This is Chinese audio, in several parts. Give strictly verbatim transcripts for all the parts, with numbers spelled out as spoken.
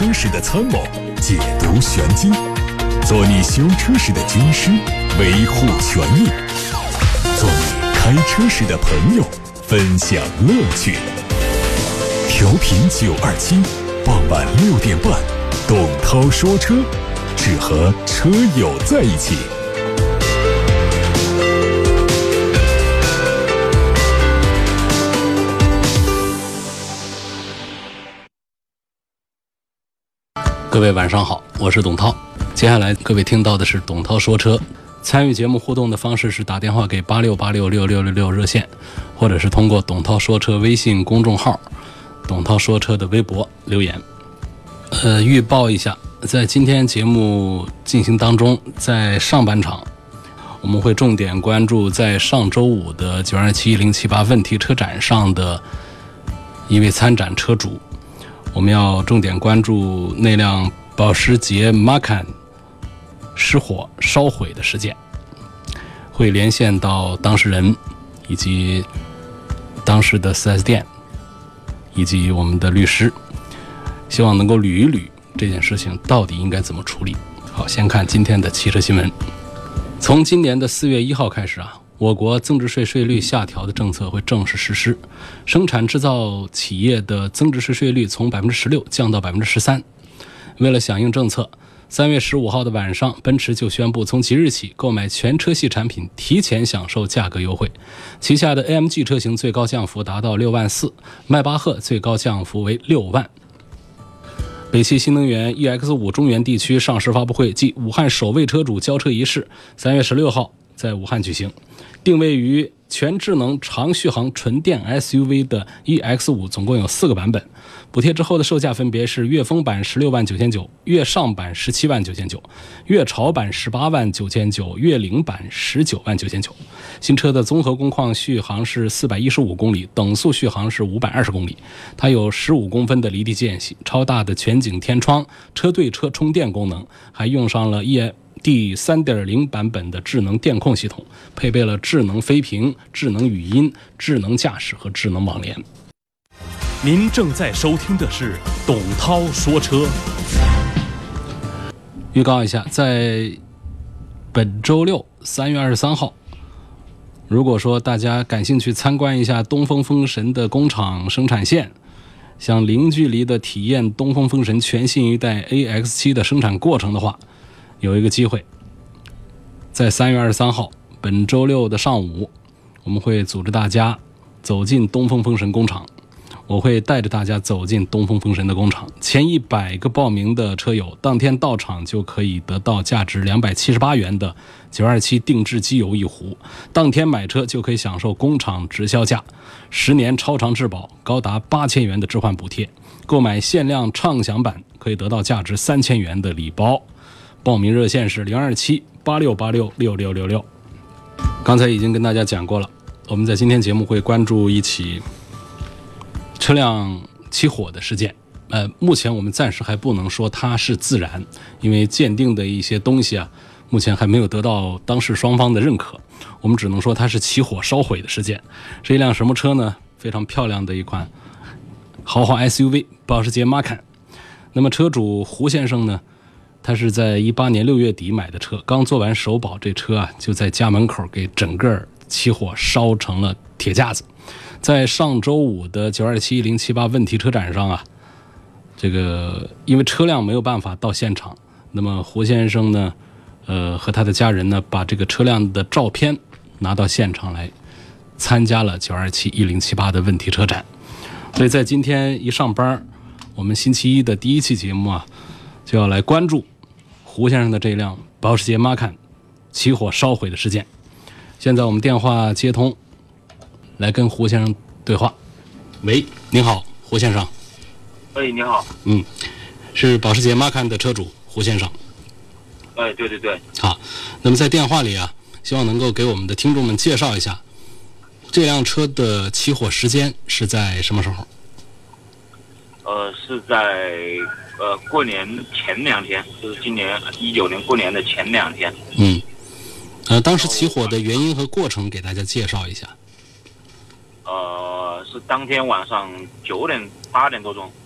车时的参谋，解读玄机，做你修车时的军师，维护权益，做你开车时的朋友，分享乐趣。调频九二七，傍晚六点半，董涛说车，只和车友在一起。 各位晚上好，我是董涛。接下来各位听到的是董涛说车。参与节目互动的方式是打电话给八六八六六六六六热线，或者是通过董涛说车微信公众号、董涛说车的微博留言。呃，预报一下，在今天节目进行当中，在上半场我们会重点关注在上周五的九二七一零七八问题车展上的一位参展车主。我们要重点关注那辆保时捷 Macan 失火烧毁的事件，会连线到当事人以及当时的 四 S 店以及我们的律师，希望能够捋一捋这件事情到底应该怎么处理。好，先看今天的汽车新闻。从今年的四月一号开始啊，我国增值税税率下调的政策会正式实施，生产制造企业的增值税税率从百分之十六降到百分之十三。为了响应政策，三月十五号的晚上，奔驰就宣布从即日起购买全车系产品提前享受价格优惠。旗下的 A M G 车型最高降幅达到六万四，迈巴赫最高降幅为六万。北汽新能源 E X 五 中原地区上市发布会暨武汉首位车主交车仪式，三月十六号在武汉举行。定位于全智能长续航纯电 S U V 的 E X 五 总共有四个版本，补贴之后的售价分别是粤风版十六万九千九，粤尚版十七万九千九，粤潮版十八万九千九，粤领版十九万九千九。新车的综合工况续航是四百一十五公里，等速续航是五百二十公里。它有十五公分的离地间隙，超大的全景天窗，车对车充电功能，还用上了 E第 三点零 版本的智能电控系统，配备了智能飞屏、智能语音、智能驾驶和智能网联。 您正在收听的是董涛说车。 预告一下，在本周六三月二十三号，如果说大家感兴趣参观一下东风风神的工厂生产线，想零距离的体验东风风神全新一代 A X 七 的生产过程的话，有一个机会，在三月二十三号本周六的上午，我们会组织大家走进东风风神工厂。我会带着大家走进东风风神的工厂，前一百个报名的车友当天到场就可以得到价值两百七十八元的九二七定制机油一壶，当天买车就可以享受工厂直销价十年超长质保高达八千元的置换补贴，购买限量畅享版可以得到价值三千元的礼包。报名热线是零二七八六八六六六六六。刚才已经跟大家讲过了，我们在今天节目会关注一起车辆起火的事件。呃，目前我们暂时还不能说它是自燃，因为鉴定的一些东西啊，目前还没有得到当事双方的认可。我们只能说它是起火烧毁的事件。是一辆什么车呢？非常漂亮的一款豪华 S U V 保时捷 Macan。那么车主胡先生呢？他是在一八年六月底买的车，刚做完首保，这车啊就在家门口给整个起火烧成了铁架子。在上周五的九二七一零七八问题车展上啊，这个因为车辆没有办法到现场，那么胡先生呢，呃和他的家人呢，把这个车辆的照片拿到现场来，参加了九二七一零七八的问题车展。所以在今天一上班，我们星期一的第一期节目啊，就要来关注胡先生的这辆保时捷 Macan 起火烧毁的事件。现在我们电话接通，来跟胡先生对话。喂，您好，胡先生。 哎，你好。 嗯，是保时捷 Macan 的车主胡先生。 哎，对对对。 好，那么在电话里啊，希望能够给我们的听众们介绍一下这辆车的起火时间是在什么时候？ 呃，是在呃过年前两天，就是今年一九年过年的前两天。 嗯，呃，当时起火的原因和过程给大家介绍一下。 呃，是当天晚上九点八点多钟。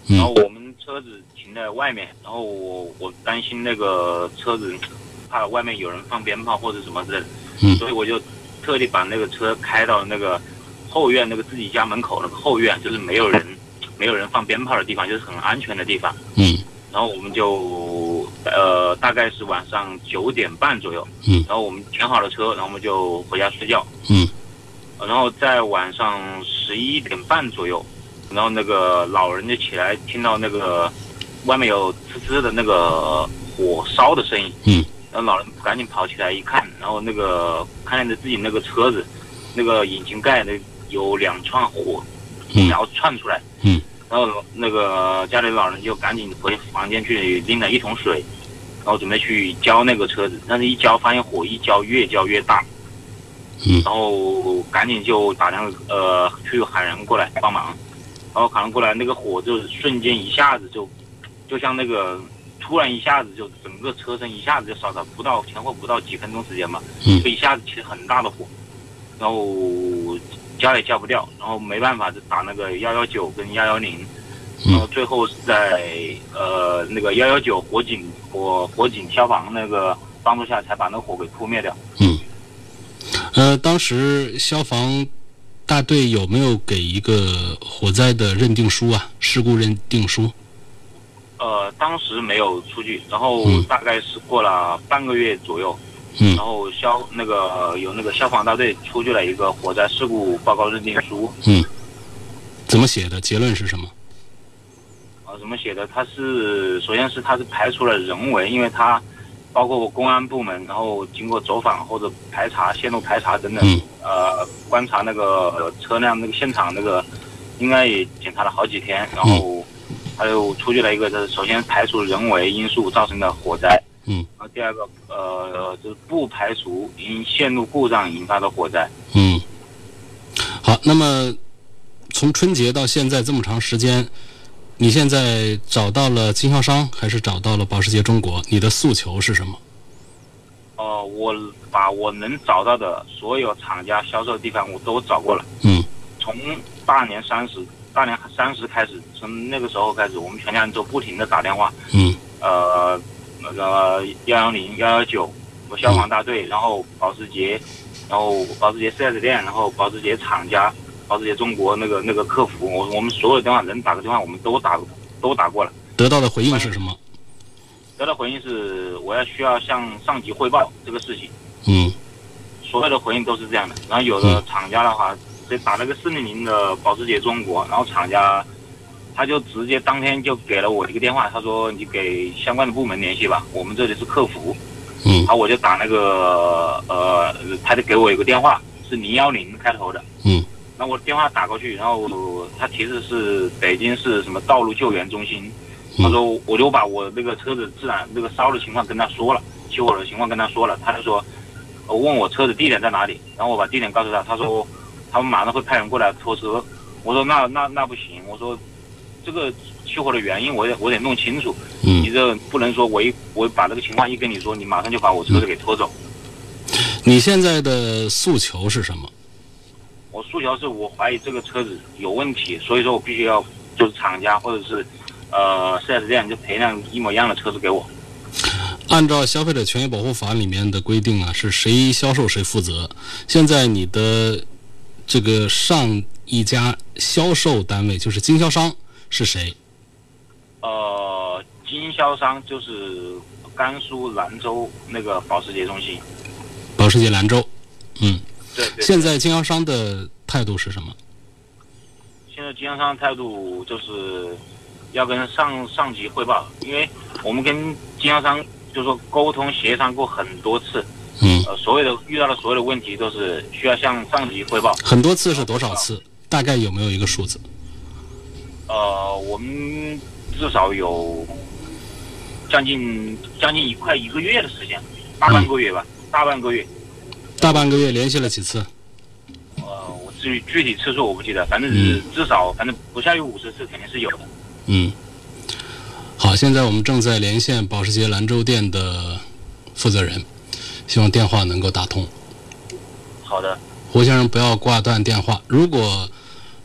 然后我们车子停在外面，然后我我担心那个车子怕外面有人放鞭炮或者什么之类的， 嗯， 所以我就特地把那个车开到那个后院那个自己家门口那个后院，就是没有人没有人放鞭炮的地方，就是很安全的地方。 嗯， 然后我们就呃大概是晚上九点半左右， 嗯， 然后我们停好了车，然后我们就回家睡觉。 嗯， 然后在晚上十一点半左右，然后那个老人就起来，听到那个外面有呲呲的那个火烧的声音。 嗯， 然后老人赶紧跑起来一看，然后那个看见自己那个车子那个引擎盖那有两串火， 嗯， 然后窜出来。 嗯， 然后那个家里老人就赶紧回房间去拎了一桶水，然后准备去浇那个车子，但是一浇发现火一浇越浇越大。 嗯， 然后赶紧就打电话呃去喊人过来帮忙，然后喊人过来，那个火就瞬间一下子就就像那个突然一下子就整个车身一下子就烧着，不到前后不到几分钟时间嘛， 嗯， 就一下子起很大的火，然后浇也浇不掉，然后没办法就打那个幺幺九跟幺幺零，然后最后是在呃那个幺幺九火警火火警消防那个帮助下才把那个火给扑灭掉。 嗯。呃，当时消防大队有没有给一个火灾的认定书啊？事故认定书？ 呃，当时没有出具，然后大概是过了半个月左右， 嗯， 然后消那个有那个消防大队出具了一个火灾事故报告认定书。 嗯，怎么写的？结论是什么？ 呃，怎么写的？它是首先是它是排除了人为，因为它包括公安部门，然后经过走访或者排查、线路排查等等， 嗯、 呃，观察那个车辆那个现场那个，应该也检查了好几天，然后还有出具了一个，就是首先排除人为因素造成的火灾， 嗯， 然后第二个呃就是不排除因线路故障引发的火灾。 嗯，好，那么从春节到现在这么长时间。你现在找到了经销商，还是找到了保时捷中国？你的诉求是什么？ 呃，我把我能找到的所有厂家销售的地方我都找过了。 嗯。 从大年三十，大年三十开始，从那个时候开始，我们全家人都不停的打电话。 嗯。 呃，那个幺幺零、幺幺九，消防大队，然后保时捷，然后保时捷 四 S 店，然后保时捷厂家。保时捷中国那个那个客服，我我们所有电话能打个电话，我们都打都打过了。 得到的回应是什么？ 得到回应是我要需要向上级汇报这个事情。 嗯， 所有的回应都是这样的。然后有的厂家的话，就打了个四零零的保时捷中国，然后厂家他就直接当天就给了我一个电话，他说你给相关的部门联系吧，我们这里是客服。 嗯， 然后我就打那个呃，他就给我一个电话，是零幺零开头的。 嗯。 然后我电话打过去，然后他提示是北京市什么道路救援中心，他说我就把我那个车子自燃那个烧的情况跟他说了，起火的情况跟他说了，他就说，我问我车子地点在哪里，然后我把地点告诉他，他说他们马上会派人过来拖车，我说那那那不行，我说这个起火的原因我得我得弄清楚， 嗯， 你这不能说我一我把这个情况一跟你说，你马上就把我车子给拖走。 你现在的诉求是什么？ 我诉求是我怀疑这个车子有问题，所以说我必须要就是厂家或者是呃 四 S 店就赔辆一模一样的车子给我。 按照消费者权益保护法里面的规定啊，是谁销售谁负责。现在你的这个上一家销售单位就是经销商是谁？ 呃，经销商就是甘肃兰州那个保时捷中心。 保时捷兰州，嗯。 对对对， 现在经销商的态度是什么？ 现在经销商的态度就是要跟上上级汇报，因为我们跟经销商就是说沟通协商过很多次， 嗯， 呃，所有的遇到的所有的问题都是需要向上级汇报。 很多次是多少次？大概有没有一个数字？ 呃，我们至少有将近将近一快一个月的时间，大半个月吧，嗯、大半个月。 大半个月联系了几次？ 呃，我至于具体次数我不记得，反正是至少、嗯、反正不下于五十次肯定是有的。 嗯，好，现在我们正在连线保时捷兰州店的负责人，希望电话能够打通。 好的。 胡先生不要挂断电话，如果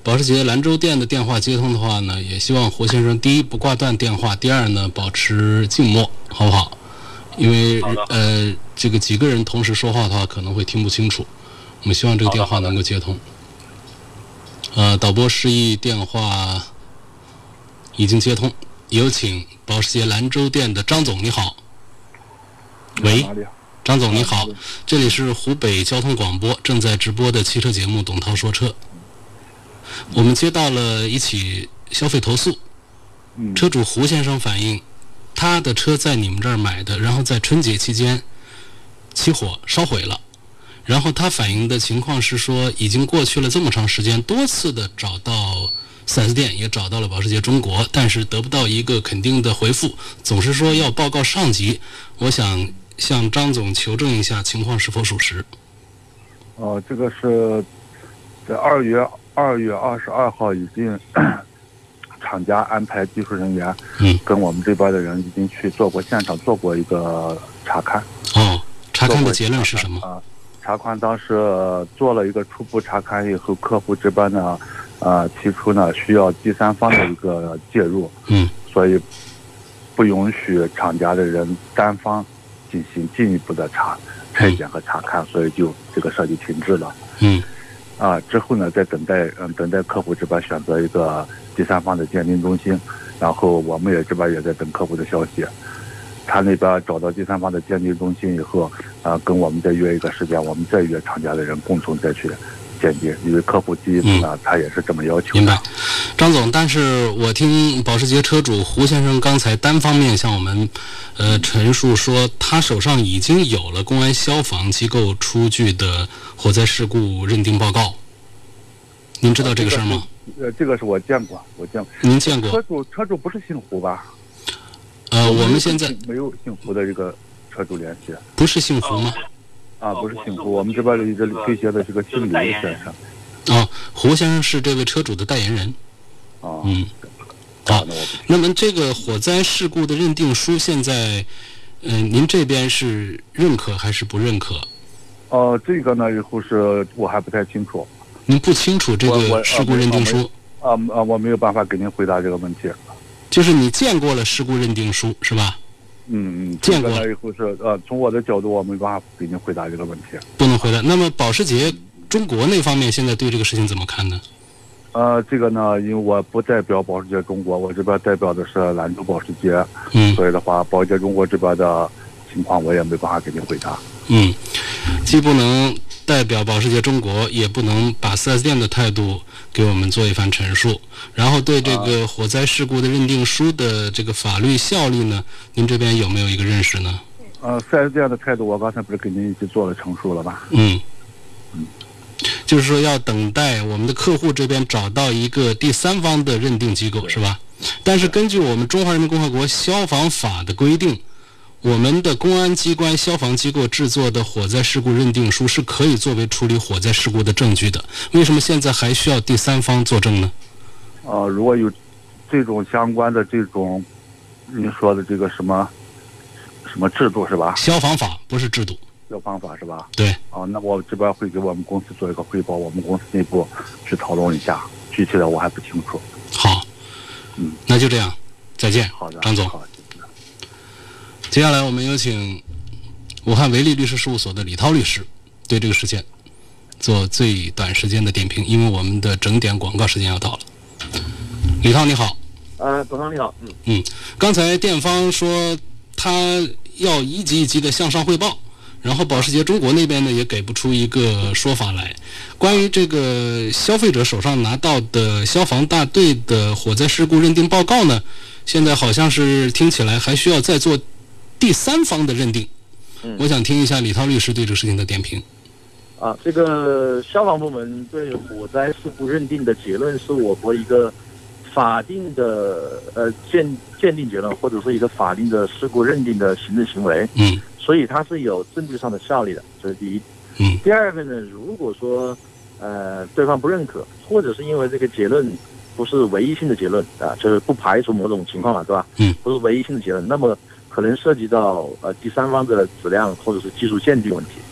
保时捷兰州店的电话接通的话呢，也希望胡先生第一不挂断电话，第二呢保持静默，好不好？因为呃这个几个人同时说话的话可能会听不清楚，我们希望这个电话能够接通。呃，导播示意电话已经接通，有请保时捷兰州店的张总，你好。喂，张总你好，这里是湖北交通广播正在直播的汽车节目《董涛说车》。我们接到了一起消费投诉，车主胡先生反映，他的车在你们这儿买的，然后在春节期间起火烧毁了。然后他反映的情况是说，已经过去了这么长时间，多次的找到四 S 店，也找到了保时捷中国，但是得不到一个肯定的回复，总是说要报告上级。我想向张总求证一下情况是否属实。 哦、呃，这个是在二月二月二十二号已经厂家安排技术人员，嗯，跟我们这边的人已经去做过现场做过一个查看。 哦，查看的结论是什么？ 啊，查看当时做了一个初步查看以后，客户这边呢，呃，提出呢需要第三方的一个介入，嗯，所以不允许厂家的人单方进行进一步的查拆检和查看，所以就这个设计停滞了。嗯，啊，之后呢，再等待嗯等待客户这边选择一个第三方的鉴定中心，然后我们也这边也在等客户的消息。他那边找到第三方的鉴定中心以后，啊，跟我们再约一个时间，我们再约厂家的人共同再去鉴定，因为客户第一次呢，嗯、他也是这么要求的。 明白，张总，但是我听保时捷车主胡先生刚才单方面向我们，呃，陈述说，他手上已经有了公安消防机构出具的火灾事故认定报告。您知道这个事儿吗？ 呃，这个是我见过，我见过。 您见过？ 车主车主不是姓胡吧？ 呃，我们现在没有姓胡的这个车主联系。 不是姓胡吗？ 啊，不是姓胡，我们这边的一个推荐的这个姓李先生。 哦，胡先生是这位车主的代言人。 哦， 嗯，好。那么这个火灾事故的认定书现在，嗯、呃，您这边是认可还是不认可？ 哦、呃，这个呢，以后是我还不太清楚。 您不清楚这个事故认定书？ 啊啊，我没有办法给您回答这个问题。 就是你见过了事故认定书是吧？ 嗯嗯， 见过了以后是呃，从我的角度，我没办法给您回答这个问题。 不能回答。那么保时捷中国那方面现在对这个事情怎么看呢？ 呃，这个呢，因为我不代表保时捷中国，我这边代表的是兰州保时捷，嗯，所以的话，保时捷中国这边的情况我也没办法给您回答。 嗯，既不能代表保时捷中国，也不能把 四 S 店的态度给我们做一番陈述。然后对这个火灾事故的认定书的这个法律效力呢，您这边有没有一个认识呢？ 呃，四 S 店的态度，我刚才不是给您一起做了陈述了吧？ 嗯，嗯，就是说要等待我们的客户这边找到一个第三方的认定机构，是吧？但是根据我们中华人民共和国消防法的规定，我们的公安机关、消防机构制作的火灾事故认定书是可以作为处理火灾事故的证据的。为什么现在还需要第三方作证呢？ 呃，如果有这种相关的这种您说的这个什么什么制度是吧？ 消防法不是制度， 消防法是吧？ 对。 哦，那我这边会给我们公司做一个汇报，我们公司内部去讨论一下，具体的我还不清楚。 好，嗯，那就这样，再见。 好的， 张总。 好。 接下来我们有请武汉维利律师事务所的李涛律师对这个事件做最短时间的点评，因为我们的整点广告时间要到了。李涛你好。 呃，董涛你好。嗯嗯，刚才店方说他要一级一级的向上汇报，然后保时捷中国那边呢也给不出一个说法来。关于这个消费者手上拿到的消防大队的火灾事故认定报告呢，现在好像是听起来还需要再做第三方的认定。嗯，我想听一下李涛律师对这个事情的点评。 啊，这个消防部门对火灾事故认定的结论是我国一个法定的呃鉴鉴定结论，或者是一个法定的事故认定的行政行为。嗯，所以它是有证据上的效力的，这是第一。嗯，第二个呢，如果说呃对方不认可，或者是因为这个结论不是唯一性的结论啊，就是不排除某种情况了，对吧？嗯，不是唯一性的结论，那么可能涉及到呃第三方的质量或者是技术鉴定问题。嗯。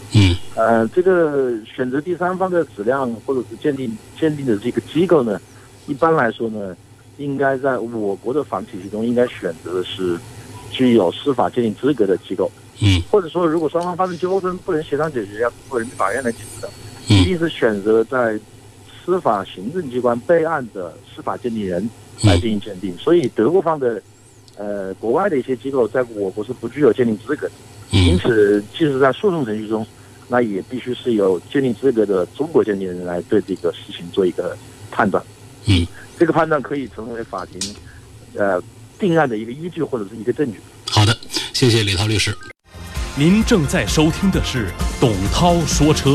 呃，这个选择第三方的质量或者是鉴定鉴定的这个机构呢，一般来说呢，应该在我国的法体系中应该选择的是具有司法鉴定资格的机构。 嗯， 或者说，如果双方发生纠纷不能协商解决，要通过人民法院来解决的，一定是选择在司法行政机关备案的司法鉴定人来进行鉴定。所以，德国方的呃国外的一些机构在我国是不具有鉴定资格的。因此，即使在诉讼程序中，那也必须是有鉴定资格的中国鉴定人来对这个事情做一个判断。 嗯， 这个判断可以成为法庭呃定案的一个依据或者是一个证据。 好的，谢谢李涛律师。 您正在收听的是董涛说车。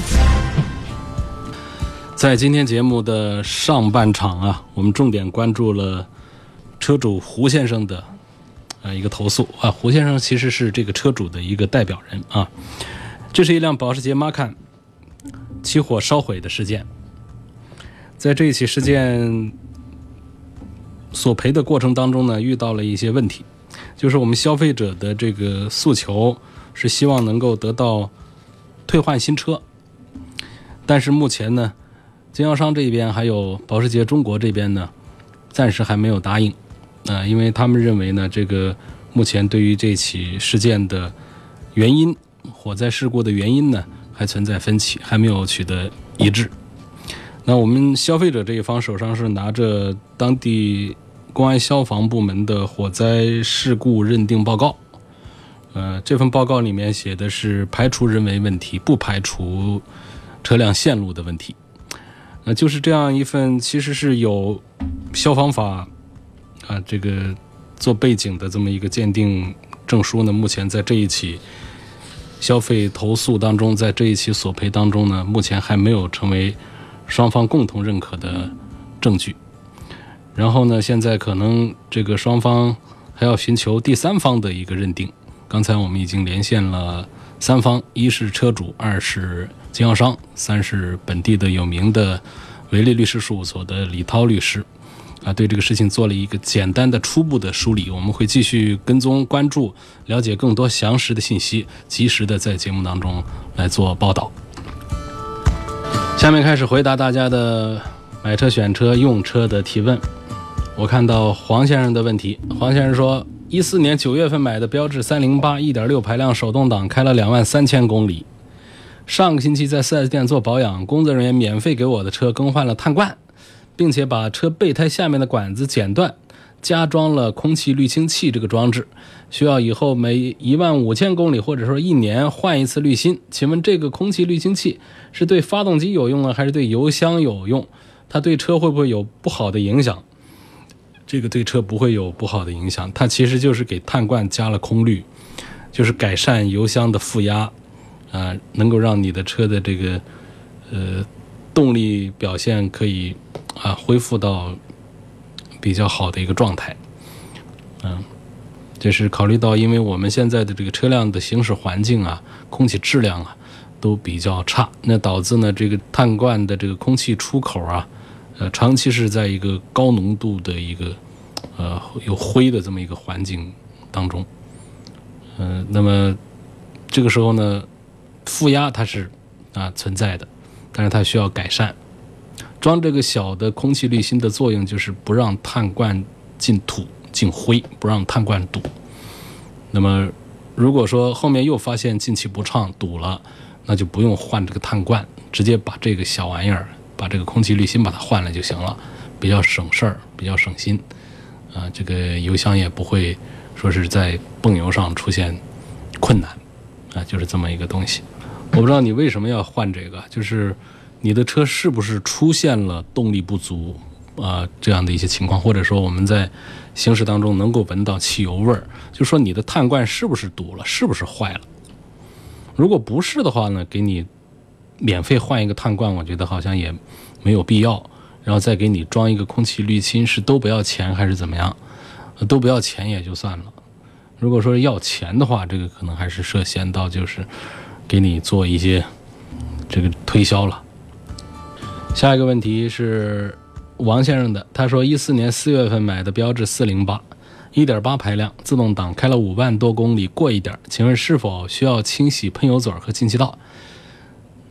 在今天节目的上半场啊，我们重点关注了车主胡先生的呃一个投诉啊。胡先生其实是这个车主的一个代表人啊。这是一辆保时捷 Macan 起火烧毁的事件。在这一起事件索赔的过程当中呢，遇到了一些问题，就是我们消费者的这个诉求是希望能够得到退换新车，但是目前呢，经销商这边还有保时捷中国这边呢，暂时还没有答应，呃，因为他们认为呢，这个目前对于这起事件的原因，火灾事故的原因呢，还存在分歧，还没有取得一致。那我们消费者这一方手上是拿着当地公安消防部门的火灾事故认定报告，呃，这份报告里面写的是排除人为问题，不排除车辆线路的问题。呃，就是这样一份其实是有消防法啊这个做背景的这么一个鉴定证书呢，目前在这一起消费投诉当中，在这一起索赔当中呢，目前还没有成为双方共同认可的证据。然后呢，现在可能这个双方还要寻求第三方的一个认定。刚才我们已经连线了三方，一是车主，二是经销商，三是本地的有名的维利律师事务所的李涛律师啊，对这个事情做了一个简单的初步的梳理。我们会继续跟踪关注，了解更多详实的信息，及时的在节目当中来做报道。下面开始回答大家的买车、选车、用车的提问。我看到黄先生的问题，黄先生说，一四年九月份买的标致三零八 一点六 排量手动挡，开了两万三千公里。上个星期在 四 S 店做保养，工作人员免费给我的车更换了碳罐，并且把车备胎下面的管子剪断，加装了空气滤清器这个装置，需要以后每一万五千公里或者说一年换一次滤芯。请问这个空气滤清器是对发动机有用呢，还是对油箱有用？它对车会不会有不好的影响？这个对车不会有不好的影响，它其实就是给碳罐加了空滤，就是改善油箱的负压，呃，能够让你的车的这个呃动力表现可以啊恢复到比较好的一个状态。嗯，这是考虑到因为我们现在的这个车辆的行驶环境啊，空气质量啊都比较差，那导致呢这个碳罐的这个空气出口啊，呃，长期是在一个高浓度的一个呃有灰的这么一个环境当中，呃，那么这个时候呢，负压它是啊存在的，但是它需要改善。装这个小的空气滤芯的作用就是不让碳罐进土进灰，不让碳罐堵。那么如果说后面又发现进气不畅堵了，那就不用换这个碳罐，直接把这个小玩意儿，把这个空气滤芯把它换了就行了，比较省事儿，比较省心啊。这个油箱也不会说是在泵油上出现困难啊，就是这么一个东西。我不知道你为什么要换这个，就是你的车是不是出现了动力不足啊这样的一些情况，或者说我们在行驶当中能够闻到汽油味儿，就说你的碳罐是不是堵了，是不是坏了。如果不是的话呢，给你免费换一个碳罐，我觉得好像也没有必要，然后再给你装一个空气滤芯，是都不要钱还是怎么样？都不要钱也就算了，如果说要钱的话，这个可能还是涉嫌到就是给你做一些这个推销了。下一个问题是王先生的，他说一四年四月份买的标致四零八 一点八 排量自动挡，开了五万多公里过一点，请问是否需要清洗喷油嘴和进气道？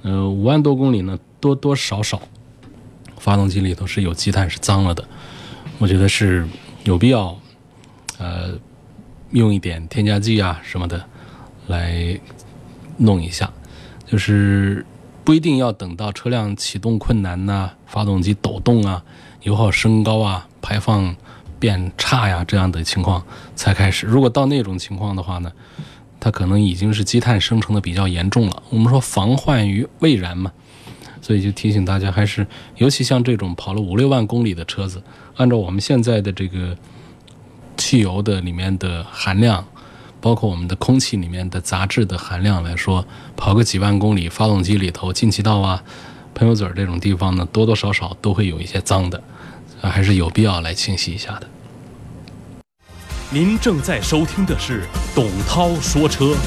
呃，五万多公里呢，多多少少发动机里头是有积碳是脏了的，我觉得是有必要呃用一点添加剂啊什么的来弄一下，就是不一定要等到车辆启动困难呐、啊、发动机抖动啊、油耗升高啊、排放变差呀这样的情况才开始。如果到那种情况的话呢，它可能已经是积碳生成的比较严重了。我们说防患于未然嘛，所以就提醒大家，还是尤其像这种跑了五六万公里的车子，按照我们现在的这个汽油的里面的含量，包括我们的空气里面的杂质的含量来说，跑个几万公里，发动机里头进气道啊、喷油嘴这种地方呢，多多少少都会有一些脏的，还是有必要来清洗一下的。 您正在收听的是董涛说车。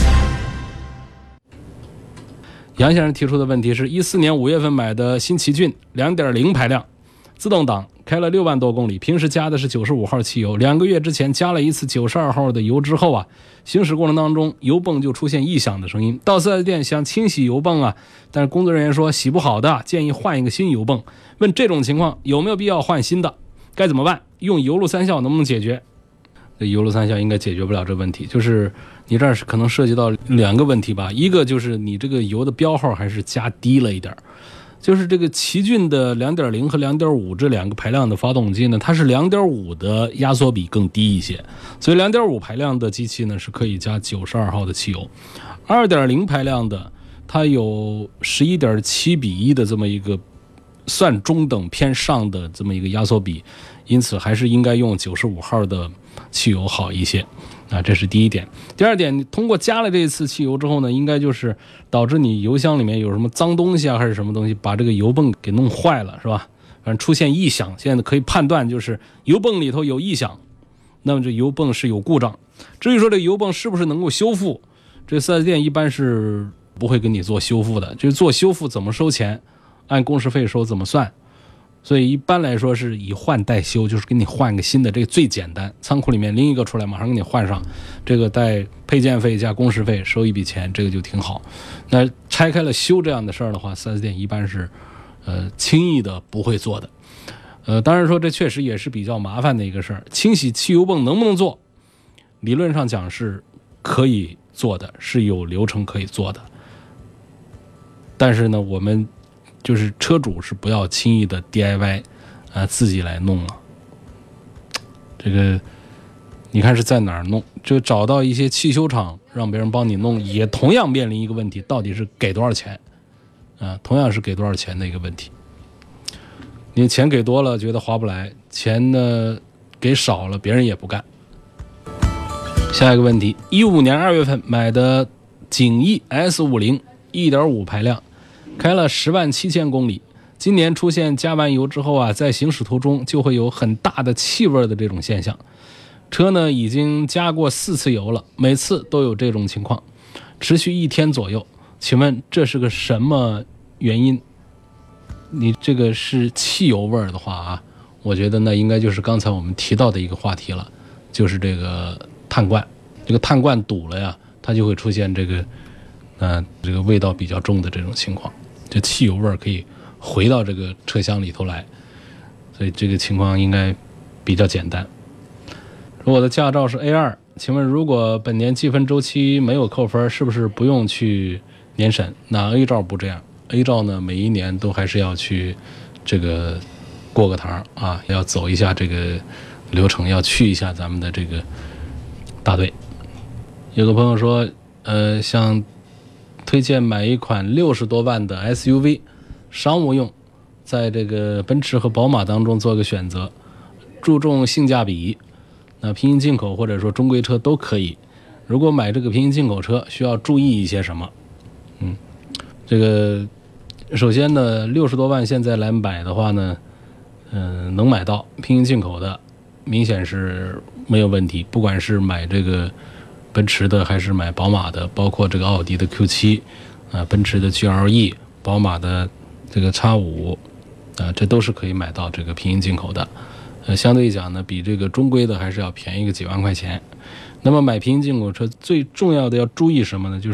杨先生提出的问题是：一四年五月份买的新奇骏 两点零 排量自动挡，开了六万多公里，平时加的是九十五号汽油，两个月之前加了一次九十二号的油之后啊，行驶过程当中油泵就出现异响的声音，到四 S 店想清洗油泵啊，但是工作人员说洗不好的，建议换一个新油泵。问这种情况有没有必要换新的，该怎么办？用油路三效能不能解决？这油路三效应该解决不了这问题，就是你这儿是可能涉及到两个问题吧，一个就是你这个油的标号还是加低了一点，就是这个奇骏的 两点零 和 两点五 这两个排量的发动机呢，它是 两点五 的压缩比更低一些，所以 两点五 排量的机器呢是可以加九十二号的汽油， 二点零 排量的它有 十一点七比一的这么一个算中等偏上的这么一个压缩比，因此还是应该用九十五号的汽油好一些啊，这是第一点。第二点，通过加了这一次汽油之后呢，应该就是导致你油箱里面有什么脏东西啊，还是什么东西，把这个油泵给弄坏了，是吧？反正出现异响，现在可以判断就是油泵里头有异响，那么这油泵是有故障。至于说这油泵是不是能够修复，这 四 S 店一般是不会跟你做修复的，就是做修复怎么收钱，按工时费收怎么算。所以一般来说是以换代修，就是给你换个新的，这个最简单，仓库里面拎一个出来马上给你换上，这个带配件费加工时费收一笔钱，这个就挺好。那拆开了修这样的事儿的话， 四 S 店一般是呃轻易的不会做的。呃当然说这确实也是比较麻烦的一个事儿，清洗汽油泵能不能做，理论上讲是可以做的，是有流程可以做的，但是呢我们就是车主是不要轻易的 D I Y 啊，自己来弄了。这个你看是在哪儿弄，就找到一些汽修厂让别人帮你弄，也同样面临一个问题，到底是给多少钱啊？同样是给多少钱的一个问题。你钱给多了觉得划不来，钱呢给少了别人也不干。下一个问题，一五年二月份买的景逸 S 五十 一点五 排量，开了十万七千公里，今年出现加完油之后啊，在行驶途中就会有很大的气味的这种现象。车呢已经加过四次油了，每次都有这种情况，持续一天左右。请问这是个什么原因？你这个是汽油味的话啊，我觉得那应该就是刚才我们提到的一个话题了，就是这个碳罐，这个碳罐堵了呀，它就会出现这个呃这个味道比较重的这种情况。这汽油味可以回到这个车厢里头来，所以这个情况应该比较简单。我的驾照是 A 二， 请问如果本年计分周期没有扣分，是不是不用去年审？那 A 照不这样， A 照呢每一年都还是要去这个过个堂啊，要走一下这个流程，要去一下咱们的这个大队。有个朋友说呃，想推荐买一款六十多万的 S U V 商务用，在这个奔驰和宝马当中做个选择，注重性价比，那平行进口或者说中规车都可以。如果买这个平行进口车需要注意一些什么？嗯，这个首先呢，六十多万现在来买的话呢，嗯、呃，能买到平行进口的，明显是没有问题。不管是买这个奔驰的还是买宝马的，包括这个奥迪的 Q 七 啊，奔驰的 G L E， 宝马的这个 X 五 啊，这都是可以买到这个平行进口的。呃，相对讲呢，比这个中规的还是要便宜个几万块钱。那么买平行进口车最重要的要注意什么呢？就是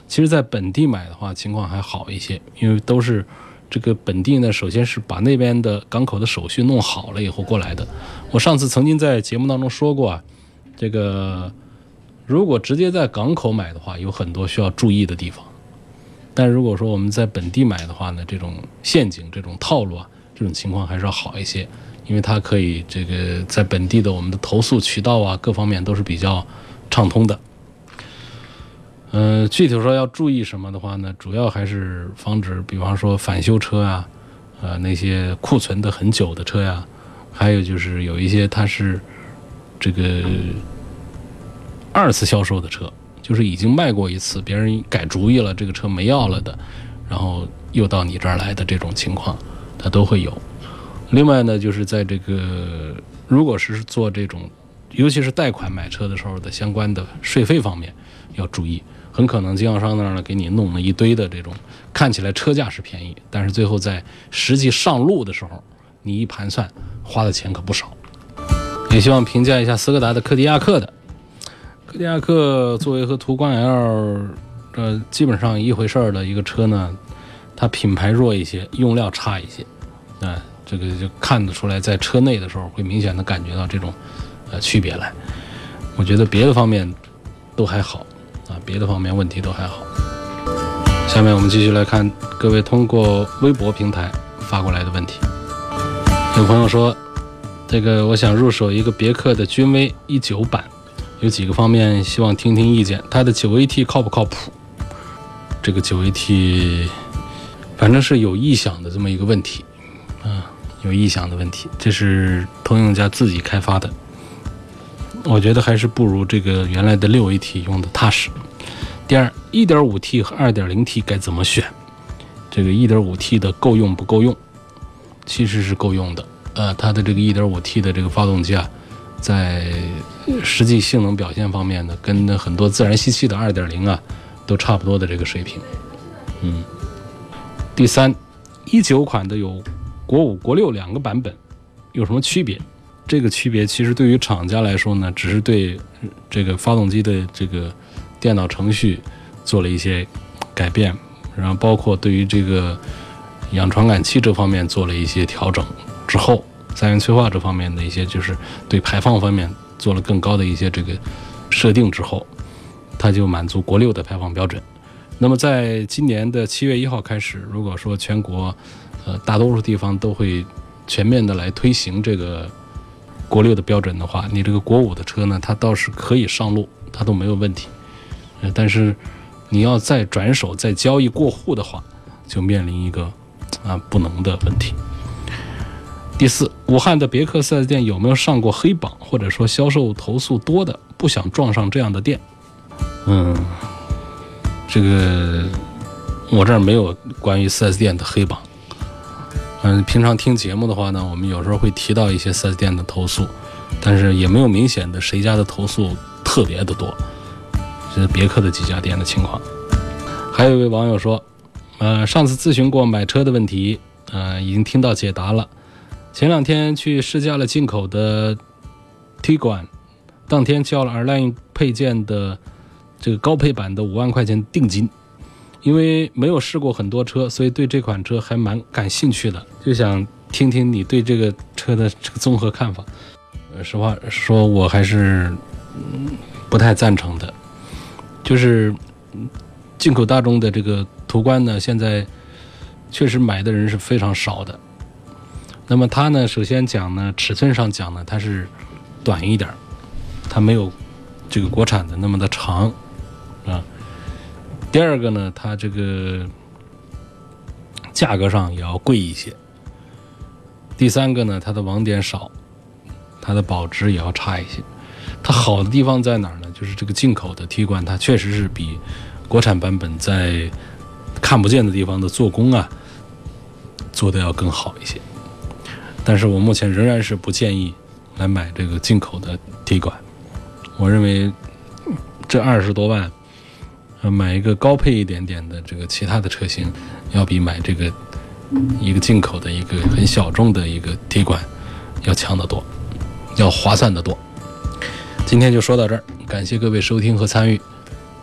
其实在本地买的话情况还好一些，因为都是这个本地呢，首先是把那边的港口的手续弄好了以后过来的。我上次曾经在节目当中说过啊，这个如果直接在港口买的话，有很多需要注意的地方。但如果说我们在本地买的话呢，这种陷阱、这种套路啊，这种情况还是要好一些，因为它可以这个在本地的我们的投诉渠道啊，各方面都是比较畅通的。呃，具体说要注意什么的话呢，主要还是防止，比方说返修车啊，呃，那些库存的很久的车呀，还有就是有一些它是这个二次销售的车，就是已经卖过一次，别人改主意了，这个车没要了的，然后又到你这儿来的这种情况，它都会有。另外呢，就是在这个如果是做这种，尤其是贷款买车的时候的相关的税费方面要注意。很可能经销商那儿呢给你弄了一堆的这种看起来车价是便宜，但是最后在实际上路的时候，你一盘算花的钱可不少。也希望评价一下斯柯达的柯迪亚克的。柯迪亚克作为和途观 L 呃基本上一回事儿的一个车呢，它品牌弱一些，用料差一些，啊、呃，这个就看得出来，在车内的时候会明显的感觉到这种呃区别来。我觉得别的方面都还好。啊，别的方面问题都还好。下面我们继续来看各位通过微博平台发过来的问题。有朋友说，这个我想入手一个别克的君威一九版，有几个方面希望听听意见。它的九 A T 靠不靠谱？这个九 A T 反正是有异响的这么一个问题啊，有异响的问题，这是通用家自己开发的。我觉得还是不如这个原来的六 A T 用的踏实。第二 一点五 T 和 二点零 T 该怎么选？这个 一点五 T 的够用不够用？其实是够用的。呃，它的这个 一点五 T 的这个发动机啊，在实际性能表现方面呢，跟很多自然吸气的 二点零 啊都差不多的这个水平。嗯。第三，一九款的有国五、国六两个版本，有什么区别？这个区别其实对于厂家来说呢，只是对这个发动机的这个电脑程序做了一些改变，然后包括对于这个氧传感器这方面做了一些调整之后，三元催化这方面的一些就是对排放方面做了更高的一些这个设定之后，它就满足国六的排放标准。那么在今年的七月一号开始，如果说全国呃大多数地方都会全面的来推行这个国六的标准的话，你这个国五的车呢，它倒是可以上路，它都没有问题。呃，但是你要再转手再交易过户的话，就面临一个啊不能的问题。第四，武汉的别克 四 S 店有没有上过黑榜，或者说销售投诉多的，不想撞上这样的店？嗯，这个我这儿没有关于 四 S 店的黑榜。嗯，平常听节目的话呢，我们有时候会提到一些 四 S 店的投诉，但是也没有明显的谁家的投诉特别的多，这是别克的几家店的情况。还有一位网友说，呃，上次咨询过买车的问题，呃，已经听到解答了。前两天去试驾了进口的 Tiguan， 当天交了 Airline 配件的这个高配版的五万块钱定金。因为没有试过很多车，所以对这款车还蛮感兴趣的，就想听听你对这个车的这个综合看法。呃，实话说，我还是、嗯、不太赞成的。就是进口大众的这个途观呢，现在确实买的人是非常少的。那么它呢，首先讲呢，尺寸上讲呢，它是短一点，它没有这个国产的那么的长啊。第二个呢，它这个价格上也要贵一些。第三个呢，它的网点少，它的保值也要差一些。它好的地方在哪儿呢？就是这个进口的 Tiguan， 它确实是比国产版本在看不见的地方的做工啊，做的要更好一些。但是我目前仍然是不建议来买这个进口的 Tiguan。我认为这二十多万。买一个高配一点点的这个其他的车型，要比买这个一个进口的一个很小众的一个Tiguan要强得多，要划算得多。今天就说到这儿，感谢各位收听和参与，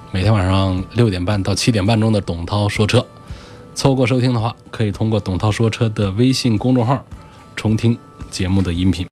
每天晚上六点半到七点半钟的董涛说车。错过收听的话，可以通过董涛说车的微信公众号重听节目的音频。